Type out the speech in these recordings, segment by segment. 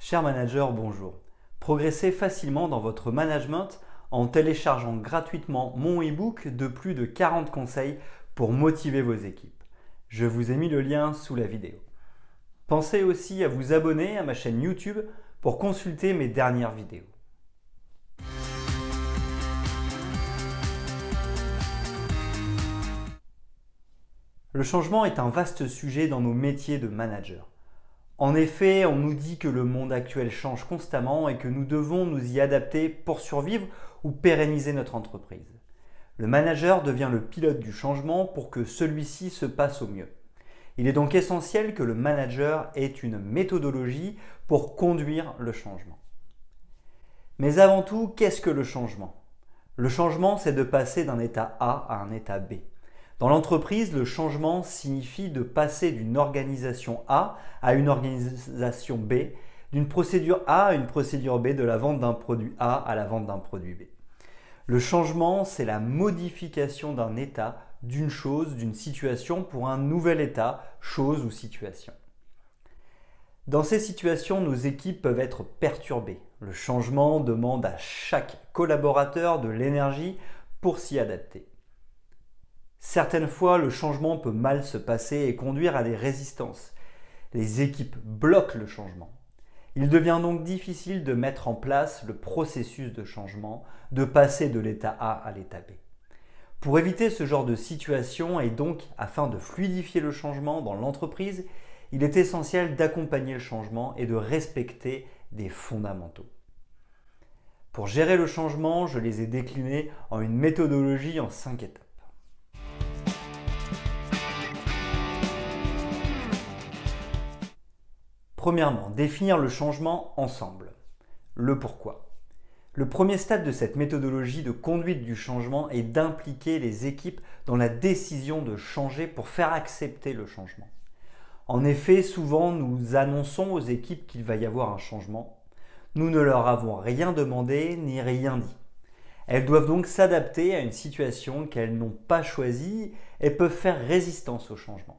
Cher manager, bonjour. Progressez facilement dans votre management en téléchargeant gratuitement mon e-book de plus de 40 conseils pour motiver vos équipes. Je vous ai mis le lien sous la vidéo. Pensez aussi à vous abonner à ma chaîne YouTube pour consulter mes dernières vidéos. Le changement est un vaste sujet dans nos métiers de manager. En effet, on nous dit que le monde actuel change constamment et que nous devons nous y adapter pour survivre ou pérenniser notre entreprise. Le manager devient le pilote du changement pour que celui-ci se passe au mieux. Il est donc essentiel que le manager ait une méthodologie pour conduire le changement. Mais avant tout, qu'est-ce que le changement ? Le changement, c'est de passer d'un état A à un état B. Dans l'entreprise, le changement signifie de passer d'une organisation A à une organisation B, d'une procédure A à une procédure B, de la vente d'un produit A à la vente d'un produit B. Le changement, c'est la modification d'un état, d'une chose, d'une situation pour un nouvel état, chose ou situation. Dans ces situations, nos équipes peuvent être perturbées. Le changement demande à chaque collaborateur de l'énergie pour s'y adapter. Certaines fois, le changement peut mal se passer et conduire à des résistances. Les équipes bloquent le changement. Il devient donc difficile de mettre en place le processus de changement, de passer de l'état A à l'état B. Pour éviter ce genre de situation et donc afin de fluidifier le changement dans l'entreprise, il est essentiel d'accompagner le changement et de respecter des fondamentaux. Pour gérer le changement, je les ai déclinés en une méthodologie en 5 étapes. Premièrement, définir le changement ensemble. Le pourquoi. Le premier stade de cette méthodologie de conduite du changement est d'impliquer les équipes dans la décision de changer pour faire accepter le changement. En effet, souvent nous annonçons aux équipes qu'il va y avoir un changement. Nous ne leur avons rien demandé ni rien dit. Elles doivent donc s'adapter à une situation qu'elles n'ont pas choisie et peuvent faire résistance au changement.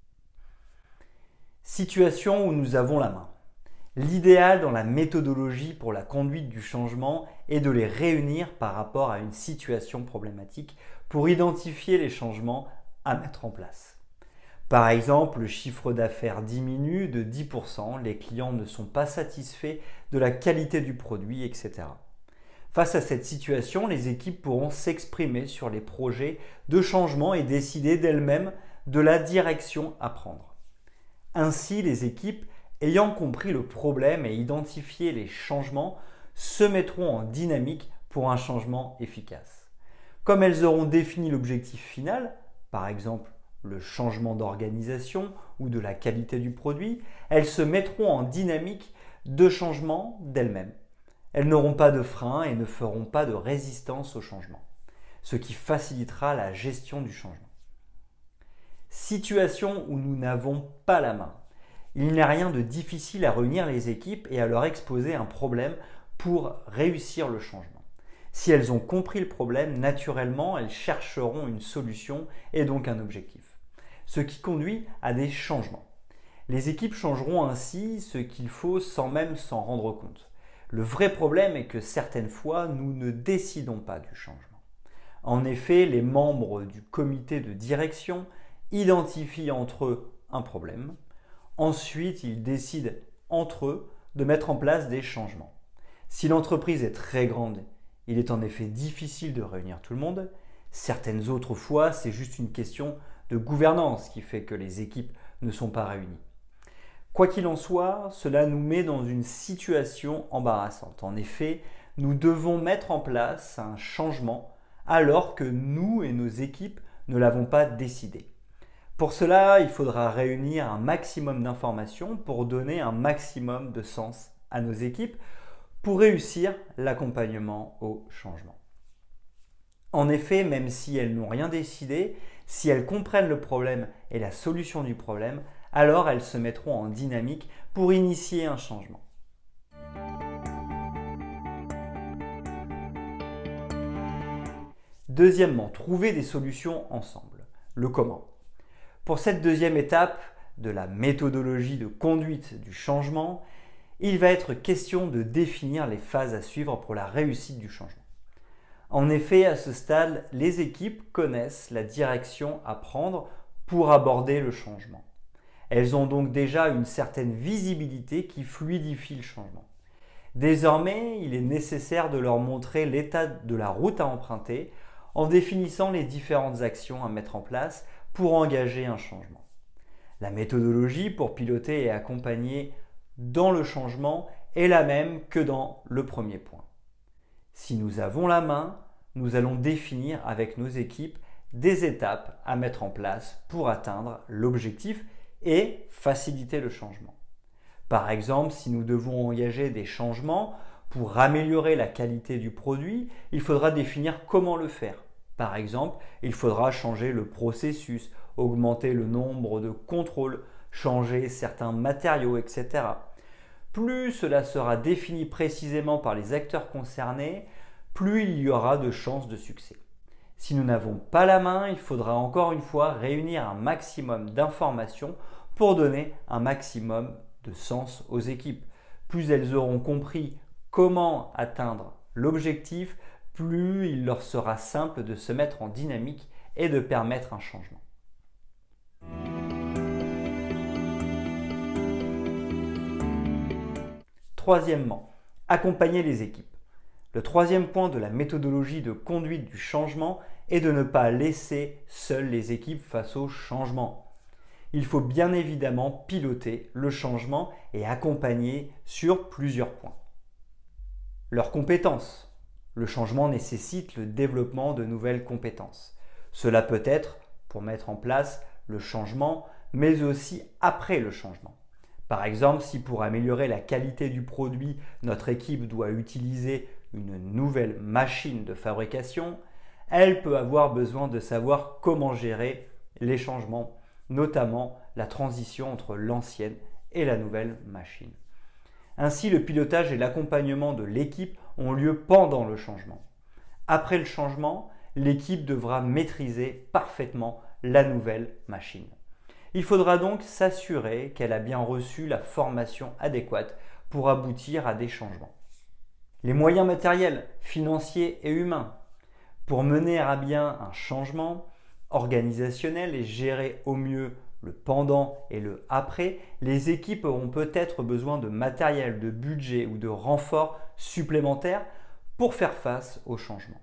Situation où nous avons la main. L'idéal dans la méthodologie pour la conduite du changement est de les réunir par rapport à une situation problématique pour identifier les changements à mettre en place. Par exemple, le chiffre d'affaires diminue de 10%, les clients ne sont pas satisfaits de la qualité du produit, etc. Face à cette situation, les équipes pourront s'exprimer sur les projets de changement et décider d'elles-mêmes de la direction à prendre. Ainsi, les équipes, ayant compris le problème et identifié les changements, se mettront en dynamique pour un changement efficace. Comme elles auront défini l'objectif final, par exemple le changement d'organisation ou de la qualité du produit, elles se mettront en dynamique de changement d'elles-mêmes. Elles n'auront pas de frein et ne feront pas de résistance au changement, ce qui facilitera la gestion du changement. Situation où nous n'avons pas la main. Il n'y a rien de difficile à réunir les équipes et à leur exposer un problème pour réussir le changement. Si elles ont compris le problème, naturellement, elles chercheront une solution et donc un objectif, ce qui conduit à des changements. Les équipes changeront ainsi ce qu'il faut sans même s'en rendre compte. Le vrai problème est que certaines fois, nous ne décidons pas du changement. En effet, les membres du comité de direction identifient entre eux un problème. Ensuite, ils décident entre eux de mettre en place des changements. Si l'entreprise est très grande, il est en effet difficile de réunir tout le monde. Certaines autres fois, c'est juste une question de gouvernance qui fait que les équipes ne sont pas réunies. Quoi qu'il en soit, cela nous met dans une situation embarrassante. En effet, nous devons mettre en place un changement alors que nous et nos équipes ne l'avons pas décidé. Pour cela, il faudra réunir un maximum d'informations pour donner un maximum de sens à nos équipes pour réussir l'accompagnement au changement. En effet, même si elles n'ont rien décidé, si elles comprennent le problème et la solution du problème, alors elles se mettront en dynamique pour initier un changement. Deuxièmement, trouver des solutions ensemble. Le comment. Pour cette deuxième étape de la méthodologie de conduite du changement, il va être question de définir les phases à suivre pour la réussite du changement. En effet, à ce stade, les équipes connaissent la direction à prendre pour aborder le changement. Elles ont donc déjà une certaine visibilité qui fluidifie le changement. Désormais, il est nécessaire de leur montrer l'état de la route à emprunter en définissant les différentes actions à mettre en place pour engager un changement. La méthodologie pour piloter et accompagner dans le changement est la même que dans le premier point. Si nous avons la main, nous allons définir avec nos équipes des étapes à mettre en place pour atteindre l'objectif et faciliter le changement. Par exemple, si nous devons engager des changements pour améliorer la qualité du produit, il faudra définir comment le faire. Par exemple, il faudra changer le processus, augmenter le nombre de contrôles, changer certains matériaux, etc. Plus cela sera défini précisément par les acteurs concernés, plus il y aura de chances de succès. Si nous n'avons pas la main, il faudra encore une fois réunir un maximum d'informations pour donner un maximum de sens aux équipes. Plus elles auront compris comment atteindre l'objectif, plus il leur sera simple de se mettre en dynamique et de permettre un changement. Troisièmement, accompagner les équipes. Le troisième point de la méthodologie de conduite du changement est de ne pas laisser seules les équipes face au changement. Il faut bien évidemment piloter le changement et accompagner sur plusieurs points. Leurs compétences. Le changement nécessite le développement de nouvelles compétences. Cela peut être pour mettre en place le changement, mais aussi après le changement. Par exemple, si pour améliorer la qualité du produit, notre équipe doit utiliser une nouvelle machine de fabrication, elle peut avoir besoin de savoir comment gérer les changements, notamment la transition entre l'ancienne et la nouvelle machine. Ainsi, le pilotage et l'accompagnement de l'équipe ont lieu pendant le changement. Après le changement, l'équipe devra maîtriser parfaitement la nouvelle machine. Il faudra donc s'assurer qu'elle a bien reçu la formation adéquate pour aboutir à des changements. Les moyens matériels, financiers et humains. Pour mener à bien un changement organisationnel et gérer au mieux le pendant et le après, les équipes auront peut-être besoin de matériel, de budget ou de renforts supplémentaires pour faire face au changement.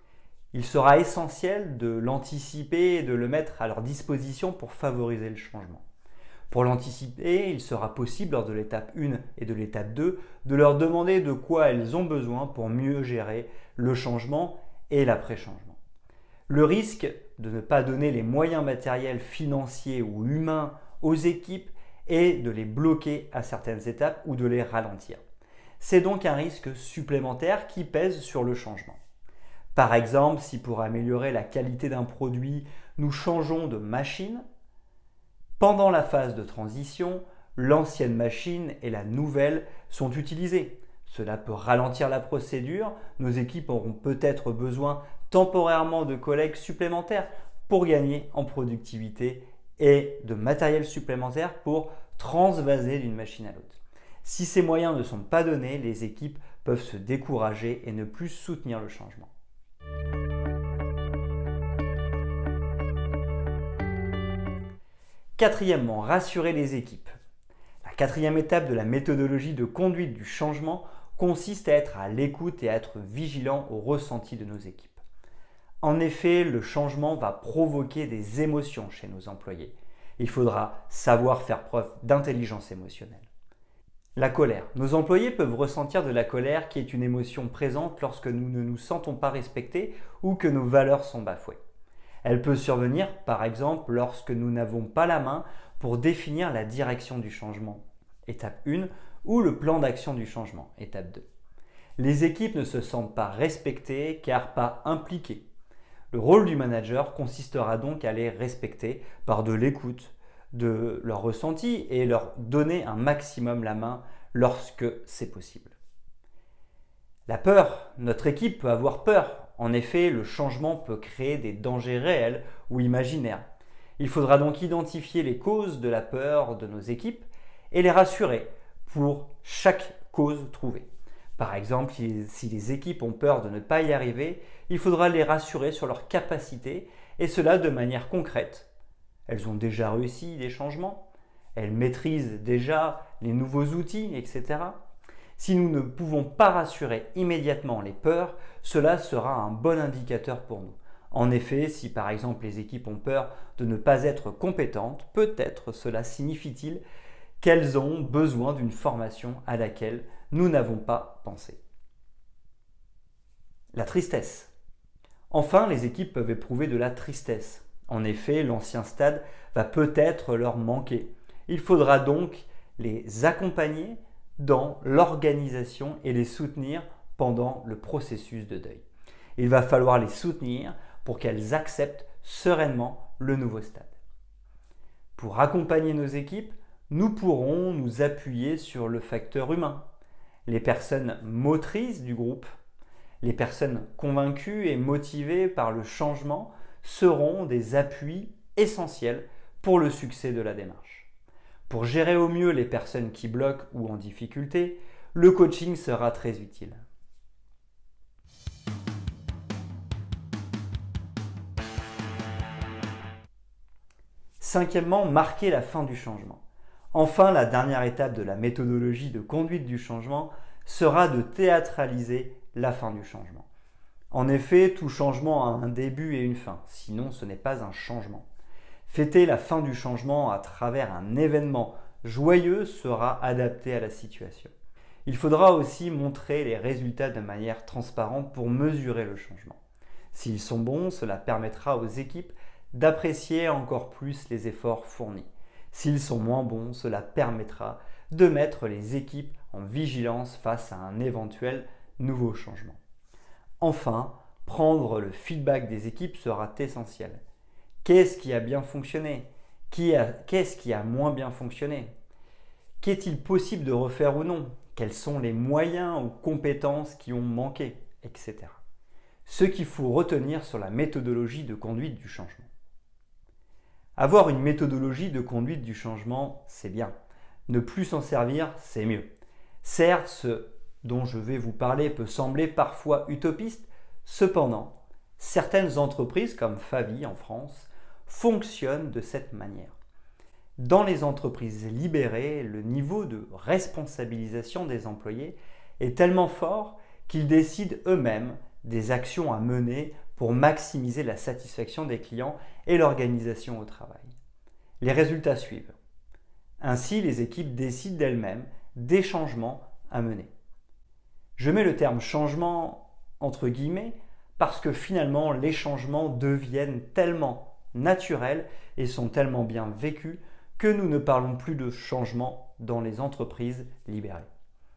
Il sera essentiel de l'anticiper et de le mettre à leur disposition pour favoriser le changement. Pour l'anticiper, il sera possible lors de l'étape 1 et de l'étape 2 de leur demander de quoi elles ont besoin pour mieux gérer le changement et l'après-changement. Le risque de ne pas donner les moyens matériels, financiers ou humains aux équipes est de les bloquer à certaines étapes ou de les ralentir. C'est donc un risque supplémentaire qui pèse sur le changement. Par exemple, si pour améliorer la qualité d'un produit, nous changeons de machine, pendant la phase de transition, l'ancienne machine et la nouvelle sont utilisées. Cela peut ralentir la procédure, nos équipes auront peut-être besoin temporairement de collègues supplémentaires pour gagner en productivité et de matériel supplémentaire pour transvaser d'une machine à l'autre. Si ces moyens ne sont pas donnés, les équipes peuvent se décourager et ne plus soutenir le changement. Quatrièmement, rassurer les équipes. La quatrième étape de la méthodologie de conduite du changement consiste à être à l'écoute et à être vigilant au ressenti de nos équipes. En effet, le changement va provoquer des émotions chez nos employés. Il faudra savoir faire preuve d'intelligence émotionnelle. La colère. Nos employés peuvent ressentir de la colère qui est une émotion présente lorsque nous ne nous sentons pas respectés ou que nos valeurs sont bafouées. Elle peut survenir, par exemple, lorsque nous n'avons pas la main pour définir la direction du changement, étape 1, ou le plan d'action du changement, étape 2. Les équipes ne se sentent pas respectées car pas impliquées. Le rôle du manager consistera donc à les respecter par de l'écoute de leurs ressentis et leur donner un maximum la main lorsque c'est possible. La peur. Notre équipe peut avoir peur. En effet, le changement peut créer des dangers réels ou imaginaires. Il faudra donc identifier les causes de la peur de nos équipes et les rassurer pour chaque cause trouvée. Par exemple, si les équipes ont peur de ne pas y arriver, il faudra les rassurer sur leur capacité et cela de manière concrète. Elles ont déjà réussi des changements, elles maîtrisent déjà les nouveaux outils, etc. Si nous ne pouvons pas rassurer immédiatement les peurs, cela sera un bon indicateur pour nous. En effet, si par exemple les équipes ont peur de ne pas être compétentes, peut-être cela signifie-t-il qu'elles ont besoin d'une formation à laquelle nous n'avons pas pensé. La tristesse. Enfin, les équipes peuvent éprouver de la tristesse. En effet, l'ancien stade va peut-être leur manquer. Il faudra donc les accompagner dans l'organisation et les soutenir pendant le processus de deuil. Il va falloir les soutenir pour qu'elles acceptent sereinement le nouveau stade. Pour accompagner nos équipes, nous pourrons nous appuyer sur le facteur humain, les personnes motrices du groupe, les personnes convaincues et motivées par le changement seront des appuis essentiels pour le succès de la démarche. Pour gérer au mieux les personnes qui bloquent ou en difficulté, le coaching sera très utile. Cinquièmement, marquer la fin du changement. Enfin, la dernière étape de la méthodologie de conduite du changement sera de théâtraliser la fin du changement. En effet, tout changement a un début et une fin, sinon ce n'est pas un changement. Fêter la fin du changement à travers un événement joyeux sera adapté à la situation. Il faudra aussi montrer les résultats de manière transparente pour mesurer le changement. S'ils sont bons, cela permettra aux équipes d'apprécier encore plus les efforts fournis. S'ils sont moins bons, cela permettra de mettre les équipes en vigilance face à un éventuel nouveau changement. Enfin, prendre le feedback des équipes sera essentiel. Qu'est-ce qui a bien fonctionné? Qu'est-ce qui a moins bien fonctionné? Qu'est-il possible de refaire ou non? Quels sont les moyens ou compétences qui ont manqué, etc. Ce qu'il faut retenir sur la méthodologie de conduite du changement. Avoir une méthodologie de conduite du changement, c'est bien. Ne plus s'en servir, c'est mieux. Certes, ce dont je vais vous parler peut sembler parfois utopiste, cependant, certaines entreprises comme Favi en France fonctionnent de cette manière. Dans les entreprises libérées, le niveau de responsabilisation des employés est tellement fort qu'ils décident eux-mêmes des actions à mener pour maximiser la satisfaction des clients et l'organisation au travail. Les résultats suivent. Ainsi, les équipes décident d'elles-mêmes des changements à mener. Je mets le terme changement entre guillemets parce que finalement les changements deviennent tellement naturels et sont tellement bien vécus que nous ne parlons plus de changement dans les entreprises libérées.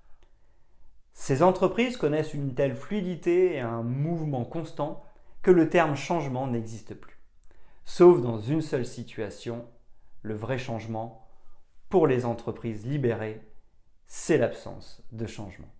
Ces entreprises connaissent une telle fluidité et un mouvement constant que le terme changement n'existe plus. Sauf dans une seule situation, le vrai changement, pour les entreprises libérées, c'est l'absence de changement.